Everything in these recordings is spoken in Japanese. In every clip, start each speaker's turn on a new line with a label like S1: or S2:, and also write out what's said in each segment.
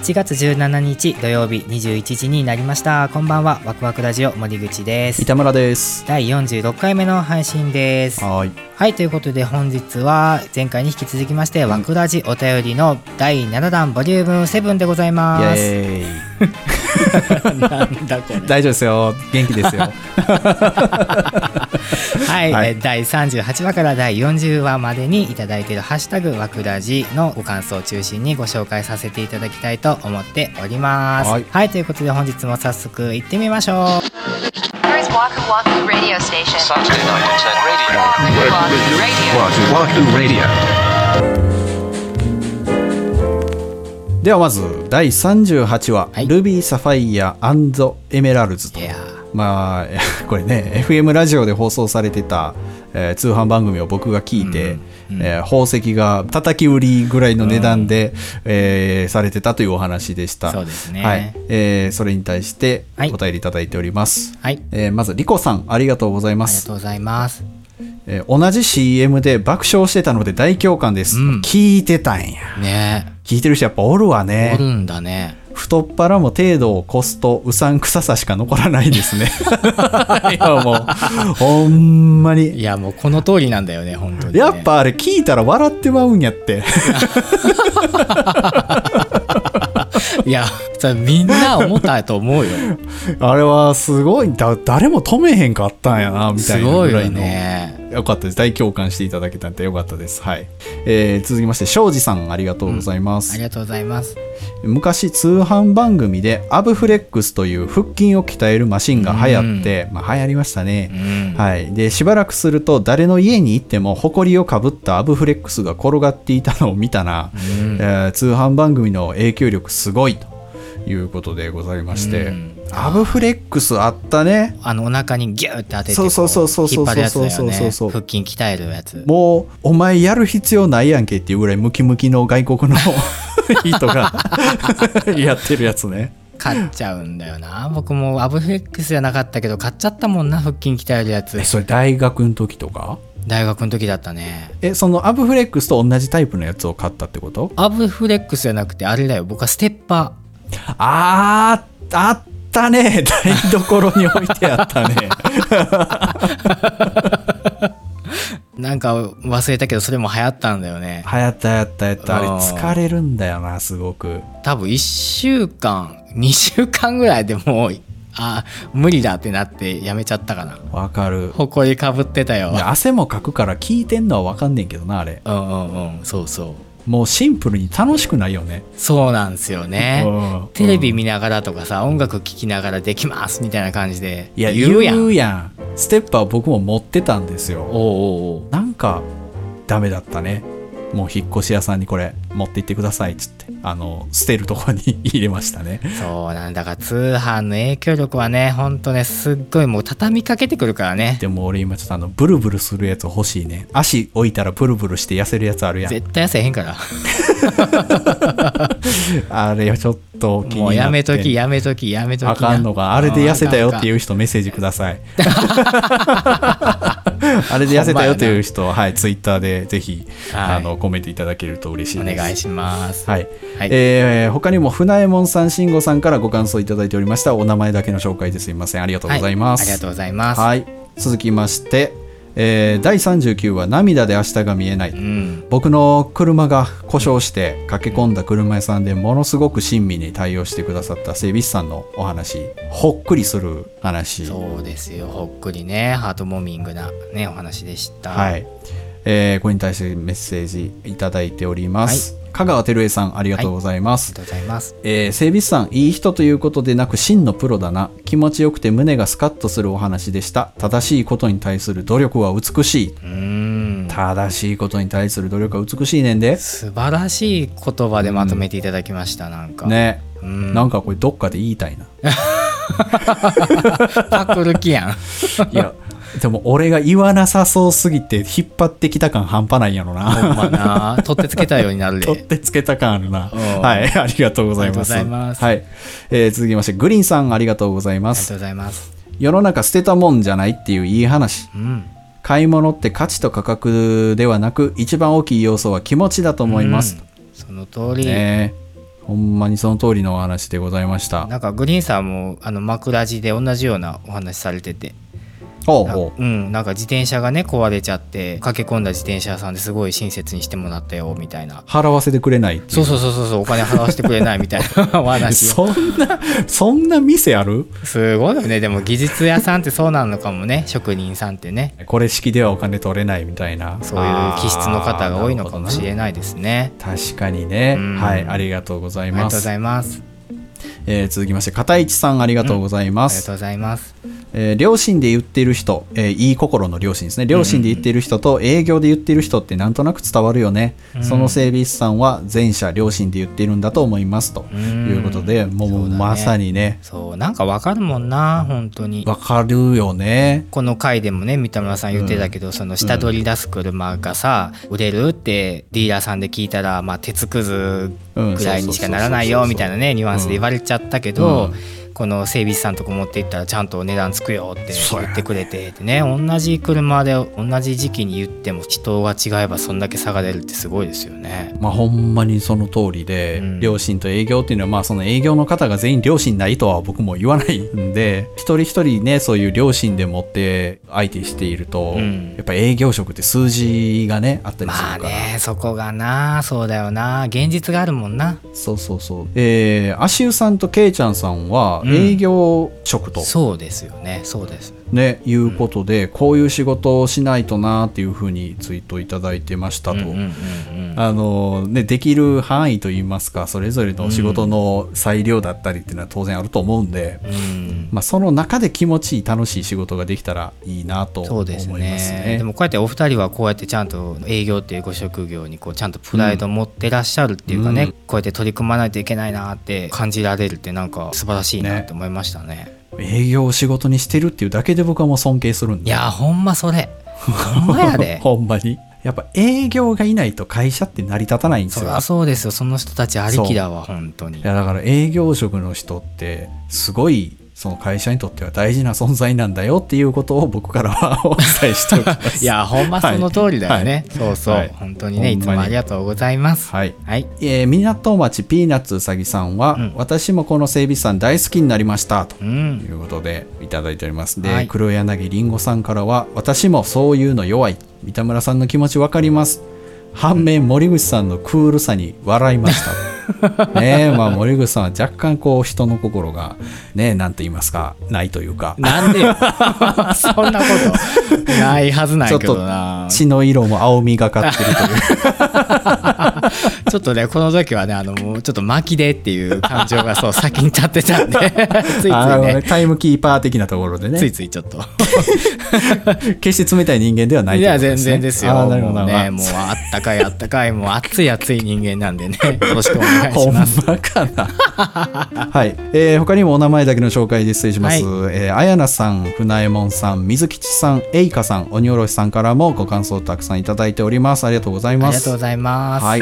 S1: 7月17日土曜日21時になりました。こんばんは。ワクワクラジオ森口です。
S2: 三田村です。
S1: 第46回目の配信です。はい、ということで本日は前回に引き続きまして、ワクラジお便りの第7弾ボリューム7でございます。イエーイなんだこれ。
S2: 大丈夫ですよ、元気ですよ
S1: はい、第38話から第40話までにいただいているハッシュタグワクラジのご感想を中心にご紹介させていただきたいと思っております。はい、ということで本日も早速行ってみましょう。
S2: ではまず第38話、ルビーサファイア&エメラルズと、まあこれね FM ラジオで放送されてた、通販番組を僕が聞いて、宝石が叩き売りぐらいの値段で、されてたというお話でした。
S1: そうですね。
S2: それに対してお便りいただいております。まずリコさん、ありがとうございます。
S1: ありがとうございます。
S2: 同じ CM で爆笑してたので大共感です。聞いてたんやね。聞いてる人やっぱおるわね。
S1: おるんだね。
S2: 太っ腹も程度を越すとうさんくささしか残らないですねいやもうほんまに、
S1: いやもうこの通りなんだよね、本当にね。
S2: やっぱあれ聞いたら笑ってまうんやって
S1: いやそれみんな思ったと思うよ
S2: あれはすごい、誰も止めへんかったんやなみたいなぐらいの。
S1: すごいよね。
S2: よかったです。大共感していただけたんでよかったです。はい。続きまして庄司さん、ありがとうございます。
S1: ありがとうございます。
S2: 昔通販番組でアブフレックスという腹筋を鍛えるマシンが流行って、流行りましたね。はい。でしばらくすると誰の家に行っても埃をかぶったアブフレックスが転がっていたのを見たな。通販番組の影響力すごいということでございまして、アブフレックスあったね。
S1: お腹にギューって当てて引
S2: っ
S1: 張るやつだよね。腹筋鍛えるやつ。
S2: もうお前やる必要ないやんけっていうぐらいムキムキの外国の人がやってるやつね。
S1: 買っちゃうんだよな。僕もアブフレックスじゃなかったけど買っちゃったもんな、腹筋鍛えるやつ。
S2: それ大学の時とか？
S1: 大学の時だったね。
S2: そのアブフレックスと同じタイプのやつを買ったってこと？
S1: アブフレックスじゃなくてあれだよ、僕はステッパー。
S2: あったね。台所に置いてあったね
S1: なんか忘れたけどそれも流行ったんだよね。
S2: 流行った。あれ疲れるんだよな、すごく。
S1: 多分1週間2週間ぐらいでもう無理だってなってやめちゃったかな。
S2: わかる。
S1: ほこりかぶってたよ。
S2: 汗もかくから効いてんのはわかんねんけどな、あれ。
S1: そうそう。
S2: もうシンプルに楽しくないよね。
S1: そうなんですよね。テレビ見ながらとかさ、音楽聴きながらできますみたいな感じで言うやん。
S2: ステッパー僕も持ってたんですよ。なんかダメだったね。もう引っ越し屋さんにこれ持って行ってくださいっつって捨てるとこに入れましたね。
S1: そうなんだから通販の影響力はね、ほんとね、すっごいもう畳みかけてくるからね。
S2: でも俺今ちょっとブルブルするやつ欲しいね。足置いたらブルブルして痩せるやつあるやん。
S1: 絶対痩せへんから
S2: あれちょっと気になって、
S1: もうやめとき
S2: あかんのか。あれで痩せたよっていう人メッセージくださいあれで痩せたよという人は、はい、ツイッターでぜひ、コメントいただけると嬉しいです。
S1: お願いします。
S2: はい。他にも船右衛門さん、慎吾さんからご感想いただいておりました。お名前だけの紹介ですいません。ありがとうございます。
S1: ありがとうございます。
S2: はい。続きまして、第39話涙で明日が見えない、僕の車が故障して駆け込んだ車屋さんでものすごく親身に対応してくださった整備士さんのお話、ほっくりする話。
S1: そうですよ、ほっくりね、ハートモーミングな、ね、お話でした。
S2: はい。これに対してメッセージいただいております。香川照江さん、ありがとうございます。
S1: ありがとうございます。
S2: 整備士さん、いい人ということでなく真のプロだな。気持ちよくて胸がスカッとするお話でした。正しいことに対する努力は美しい。正しいことに対する努力は美しいねんで。
S1: 素晴らしい言葉でまとめていただきました。なんか
S2: ね、なんかこれどっかで言いたいな
S1: パクる気やん
S2: いやでも俺が言わなさそうすぎて引っ張ってきた感半端ないんやろな。
S1: ほんまな、取ってつけたようになるで
S2: 取ってつけた感あるな。はい、ありがとうございます。
S1: ありがとうございます。
S2: はい、続きましてグリーンさん、ありがとうございます。
S1: ありがとうございます。
S2: 世の中捨てたもんじゃないっていういい話、買い物って価値と価格ではなく一番大きい要素は気持ちだと思います。
S1: その通り、
S2: ほんまにその通りのお話でございました。
S1: なんかグリーンさんも枕地で同じようなお話されてて、なんか自転車がね壊れちゃって駆け込んだ自転車屋さんですごい親切にしてもらったよみたいな。
S2: 払わせてくれないっていう。
S1: そうお金払わせてくれないみたいなお話
S2: そんな店ある？
S1: すごいよね。でも技術屋さんってそうなのかもね。職人さんってね、
S2: これ式ではお金取れないみたいな、
S1: そういう気質の方が多いのかもしれないですね。
S2: 確かにね、はい、ありがとうございます。
S1: ありがとうございます。
S2: 続きまして片市さん、ありがとうございます。
S1: ありがとうございます。
S2: 両親で言っている人、いい心の両親ですね。両親で言っている人と営業で言っている人ってなんとなく伝わるよね、その整備士さんは前者両親で言っているんだと思いますということで、もうまさにね、
S1: そうなんかわかるもんな。本当に
S2: わかるよね。
S1: この回でもね三田村さん言ってたけど、その下取り出す車がさ、売れるってディーラーさんで聞いたら、鉄くずぐらいにしかならないよみたいなねニュアンスで言われちゃったけど、この整備士さんとこ持っていったらちゃんと値段つくよって言ってくれてね、同じ車で同じ時期に言っても人が違えばそんだけ差が出るってすごいですよね。
S2: ほんまにその通りで、両親と営業っていうのはその営業の方が全員両親ないとは僕も言わないんで、一人一人ねそういう両親でもって相手していると、やっぱ営業職って数字がねあったりするから、
S1: そこがな、そうだよな、現実があるもんな。
S2: そう足湯さんとケイちゃんさんは営業職と、
S1: そうですよね、そうです
S2: ね、いうことで、こういう仕事をしないとなっていうふうにツイートいただいてましたと。できる範囲といいますか、それぞれの仕事の裁量だったりっていうのは当然あると思うんで、その中で気持ちいい楽しい仕事ができたらいいなと思いますね。
S1: でもこうやってお二人はこうやってちゃんと営業っていうご職業にちゃんとプライドを持ってらっしゃるっていうかね、こうやって取り組まないといけないなって感じられるってなんか素晴らしいなって思いましたね。
S2: 営業を仕事にしてるっていうだけで僕はもう尊敬するんで。
S1: いやほんまそれほんまやで
S2: ほんまにやっぱ営業がいないと会社って成り立たないんですよ。
S1: そうですよ、その人たちありきだわ本当に。
S2: いやだから営業職の人ってすごいその会社にとっては大事な存在なんだよっていうことを僕からはお伝えしておきます。
S1: いやほんまその通りだよね、本当にね、いつもありがとうございます。
S2: 港町ピーナッツうさぎさんは、私もこの整備士さん大好きになりましたということでいただいております。で、黒柳りんごさんからは、私もそういうの弱い、三田村さんの気持ち分かります、反面森口さんのクールさに笑いましたね。森口さんは若干人の心がね、なんて言いますか、ないというか。
S1: なんでよそんなことないはずないけどな。
S2: ちょっと血の色も青みがかってるという
S1: ちょっとねこの時はねもうちょっと巻きでっていう感情が先に立ってたんでついついね
S2: タイムキーパー的なところでね、
S1: ついついちょっと
S2: 決して冷たい人間ではないということですね。
S1: いや全然ですよ。もうね、もうあったかいもう熱い人間なんでね、よろしくお願いします。
S2: ほんまかなはい、他にもお名前だけの紹介で失礼します。あやなさん、船右衛門さん、水吉さん、えいかさん、鬼おろしさんからもご感想をたくさんいただいております。ありがとうございます。
S1: ありがとうございます。
S2: はい、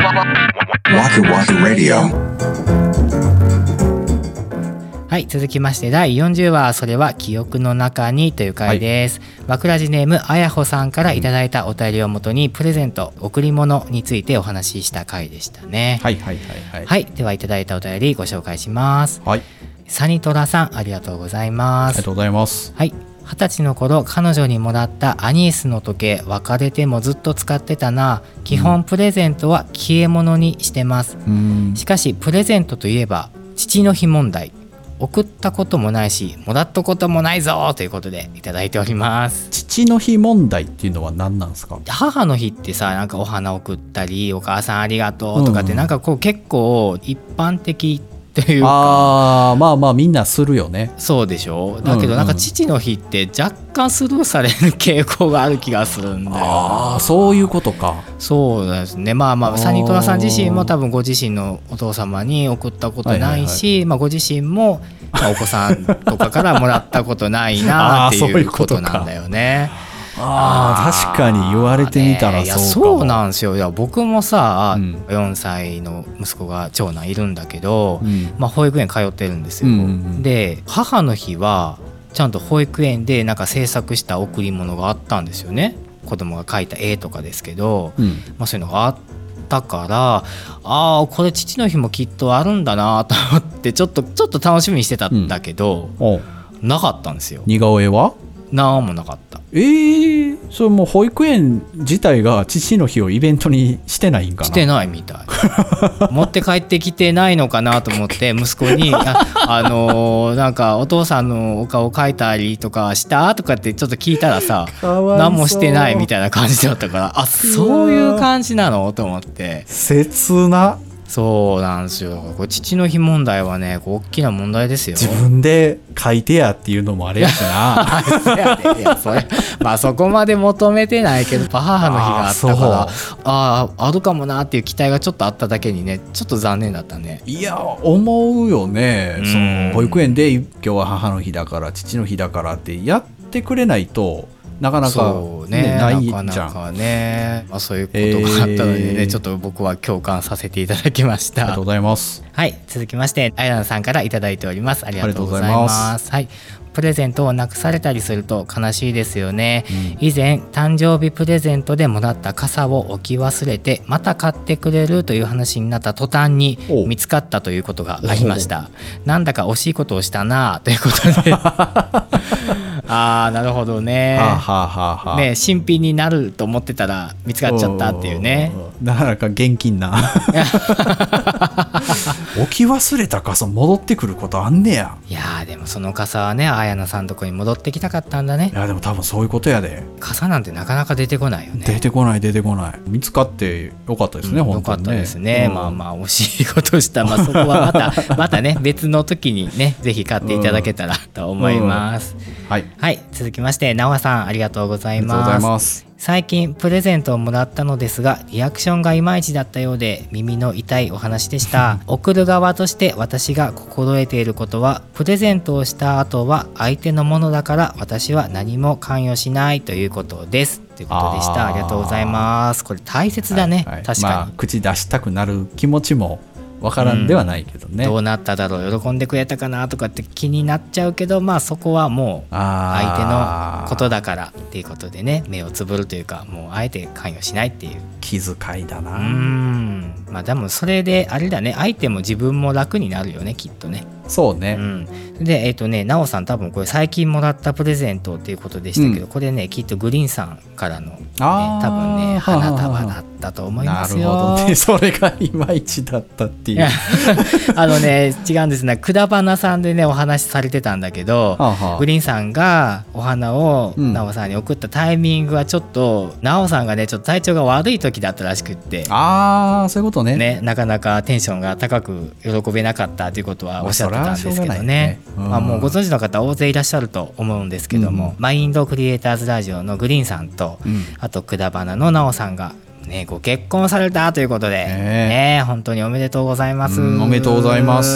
S1: はい、続きまして第40話、それは記憶の中にという回です。わくらじネームあやほさんからいただいたお便りをもとにプレゼント、贈り物についてお話しした回でしたね。はい、ではいただいたお便りご紹介します。サニトラさん、ありがとうございます。
S2: ありがとうございます。
S1: はい、20歳の頃彼女にもらったアニースの時計、別れてもずっと使ってたな。基本プレゼントは消え物にしてます。しかしプレゼントといえば父の日問題、送ったこともないしもらったこともないぞということでいただいております。
S2: 父の日問題っていうのは何なんですか？
S1: 母の日ってさ、なんかお花送ったりお母さんありがとうとかってなんか結構一般的というか、
S2: みんなするよね。
S1: そうでしょ。だけどなんか父の日って若干スルーされる傾向がある気がするんだよ。
S2: そういうことか。
S1: そうですね。サニトラさん自身も多分ご自身のお父様に送ったことないし、ご自身もお子さんとかからもらったことないなっていうことなんだよね。
S2: 確かに言われてみたらそうかも。
S1: そうなんですよ。いや僕もさ、4歳の息子が長男いるんだけど、保育園通ってるんですよ。で母の日はちゃんと保育園でなんか制作した贈り物があったんですよね。子供が描いた絵とかですけど、そういうのがあっったからこれ父の日もきっとあるんだなと思ってちょっと楽しみにしてたんだけど、なかったんですよ。
S2: 似顔絵は
S1: なんもなかった。
S2: それもう保育園自体が父の日をイベントにしてないんかな。
S1: してないみたい持って帰ってきてないのかなと思って息子になんかお父さんのお顔描いたりとかしたとかってちょっと聞いたらさ何もしてないみたいな感じだったからそういう感じなのと思って。
S2: 切な。
S1: そうなんですよ。これ父の日問題はね大きな問題ですよ。
S2: 自分で書いてやっていうのもあれやしな
S1: いやそれそこまで求めてないけど母の日があったからあるかもなっていう期待がちょっとあっただけにねちょっと残念だったね。
S2: いや思うよね。その保育園で今日は母の日だから父の日だからってやってくれないとなかなか、ないじゃん。
S1: なかなかね、そういうことがあったのでね、ちょっと僕は共感させていただきました。
S2: ありがとうございます。
S1: はい、続きましてアイランさんからいただいております。ありがとうございます。はい、プレゼントをなくされたりすると悲しいですよね。以前誕生日プレゼントでもらった傘を置き忘れてまた買ってくれるという話になった途端に見つかったということがありました。なんだか惜しいことをしたなということでなるほどね。ね、新品になると思ってたら見つかっちゃったっていうね。
S2: なかなか現金な置き忘れた傘戻ってくることあんねや。
S1: いやでもその傘はね綾菜さんのとこに戻ってきたかったんだね。
S2: いやでも多分そういうことやで。
S1: 傘なんてなかなか出てこないよね。
S2: 出てこない見つかってよかったですね、本当にね。よかった
S1: ですね。惜しいことした。そこはまたね別の時にねぜひ買っていただけたらと思います。はい、続きましてなおさんありがとうございます。最近プレゼントをもらったのですがリアクションがいまいちだったようで耳の痛いお話でした送る側として私が心得ていることはプレゼントをした後は相手のものだから私は何も関与しないということですということでした。ありがとうございます。これ大切だね、確かに、
S2: 口出したくなる気持ちもわからんではないけどね、
S1: どうなっただろう喜んでくれたかなとかって気になっちゃうけどそこはもう相手のことだからっていうことでね目をつぶるというかもうあえて関与しないっていう
S2: 気遣いだな。
S1: でもそれであれだね相手も自分も楽になるよねきっとね。
S2: そうね、
S1: でなおさん多分これ最近もらったプレゼントっていうことでしたけど、これねきっとグリーンさんからの、多分ね花束だったと思いますよ。
S2: なるほどね。それがいまいちだったっていう
S1: 違うんですね。くだばなさんでねお話しされてたんだけど、グリーンさんがお花をなおさんに送ったタイミングはちょっとなおさんがねちょっと体調が悪い時だったらしくって、
S2: そういうことね。
S1: なかなかテンションが高く喜べなかったということはおっしゃってたんですけどね。もうご存知の方大勢いらっしゃると思うんですけども、マインドクリエイターズラジオのグリーンさんと、あとくだばなのなおさんがご結婚されたということで、本当におめでとうございます。
S2: おめでとうございます。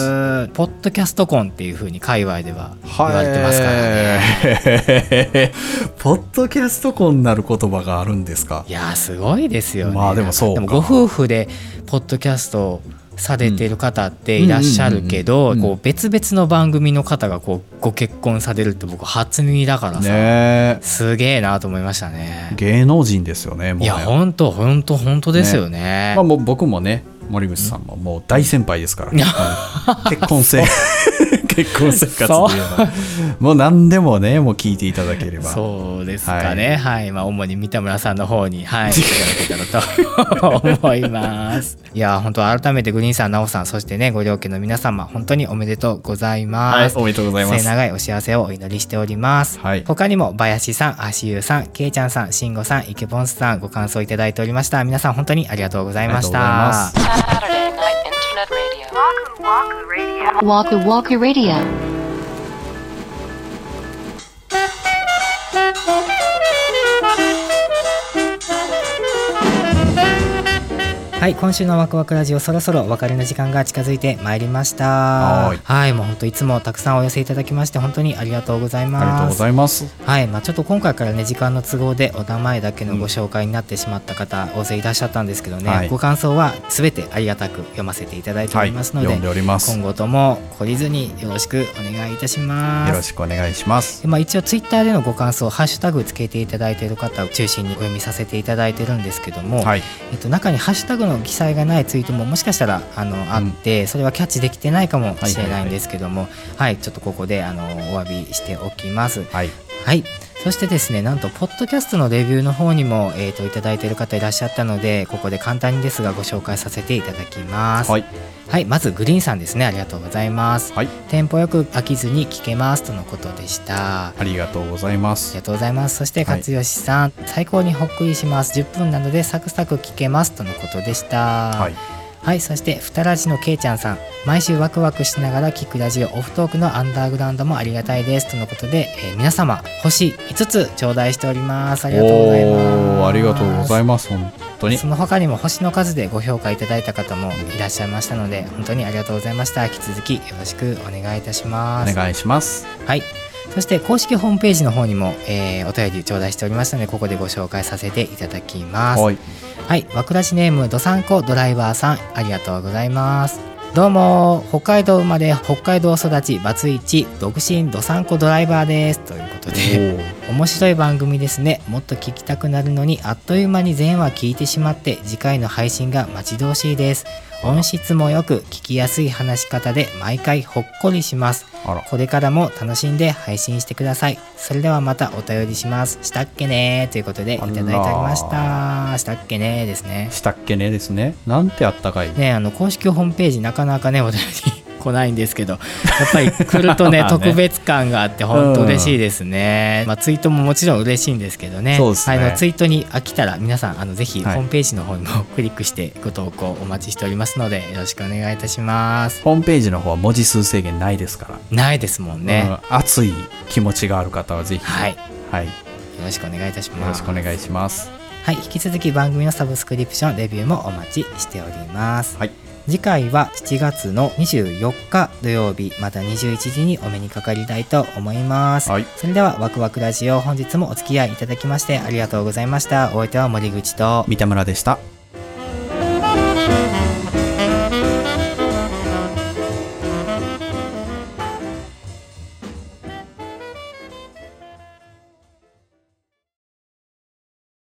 S1: ポッドキャスト婚っていう風に界隈では言われてますからね。
S2: ポッドキャスト婚になる言葉があるんですか。
S1: いやすごいですよね。
S2: でもそうか。
S1: でもご夫婦でポッドキャストされている方っていらっしゃるけど、別々の番組の方がご結婚されるって僕初耳だからさ、すげえなと思いましたね。
S2: 芸能人ですよね。もう
S1: いや本当ですよね。
S2: もう僕もね森口さんももう大先輩ですから結婚生活っていうのはもう何でもねもう聞いていただければ。
S1: そうですかね。主に三田村さんの方にいただけたらと思います。いや本当改めてグリーンさんなおさんそしてねご両家の皆様本当におめでとうございます。
S2: おめでとうございます。
S1: 末永いお幸せをお祈りしております。他にも林さん、足湯さん、けいちゃんさん、しんごさん、イケボンスさんご感想いただいておりました。皆さん本当にありがとうございました。
S3: Waku Waku Radio。
S1: 今週のワクワクラジオそろそろお別れの時間が近づいてまいりました。もう本当いつもたくさんお寄せいただきまして本当にありがとうございます。
S2: ありがとうございます。
S1: ちょっと今回からね時間の都合でお名前だけのご紹介になってしまった方、大勢いらっしゃったんですけどね、ご感想はすべてありがたく読ませていただいておりますので、
S2: 読んでおります。
S1: 今後とも懲りずによろしくお願いいたします。
S2: よろしくお願いします。
S1: 一応ツイッターでのご感想ハッシュタグつけていただいている方を中心にお読みさせていただいてるんですけども、中にハッシュタグのの記載がないツイートももしかしたらあってそれはキャッチできてないかもしれないんですけども、はい、ちょっとここでお詫びしておきます。はい、はい、そしてですね、なんとポッドキャストのレビューの方にも、いただいている方いらっしゃったので、ここで簡単にですがご紹介させていただきます。はい、はい、まずグリーンさんですね、ありがとうございます。はい、テンポよく飽きずに聞けますとのことでした。
S2: ありがとうございます。
S1: ありがとうございます。そして勝吉さん、最高にほっくりします、10分なのでサクサク聞けますとのことでした。はい、はい、そしてふたらじのけいちゃんさん、毎週ワクワクしながら聞くラジオオフトークのアンダーグラウンドもありがたいですとのことで、皆様星5つ頂戴しております。ありがとうございます。
S2: ありがとうございます。本当に
S1: その他にも星の数でご評価いただいた方もいらっしゃいましたので、本当にありがとうございました。引き続きよろしくお願いいたします。
S2: お願いします。
S1: はい、そして公式ホームページの方にも、お便り頂戴しておりますので、ここでご紹介させていただきます。はい、はい、わくらじネームどさんこドライバーさん、ありがとうございます。どうも、北海道生まれ北海道育ちバツイチ独身どさんこドライバーですということで、面白い番組ですね。もっと聞きたくなるのにあっという間に全話聞いてしまって、次回の配信が待ち遠しいです。音質もよく聞きやすい話し方で毎回ほっこりします。これからも楽しんで配信してください。それではまたお便りします。したっけねということでいただいておりました。したっけねですね。
S2: したっけねですね。なんてあったかい
S1: ね。公式ホームページなかなかねお便り来ないんですけど、やっぱり来るとね特別感があって本当嬉しいですね。ツイートももちろん嬉しいんですけどね。そうですね。ツイートに飽きたら皆さんぜひホームページの方にもクリックしてご投稿お待ちしておりますので、よろしくお願いいたします。
S2: ホームページの方は文字数制限ないですから。
S1: ないですもんね。
S2: 熱い気持ちがある方はぜひ、
S1: はい、
S2: はい、よ
S1: ろしくお願いいたします。
S2: よろしくお願いします。
S1: はい、引き続き番組のサブスクリプションレビューもお待ちしております。はい、次回は7月の24日土曜日また21時にお目にかかりたいと思います。はい、それではワクワクラジオ、本日もお付き合いいただきましてありがとうございました。お相手は森口と
S2: 三田村でした。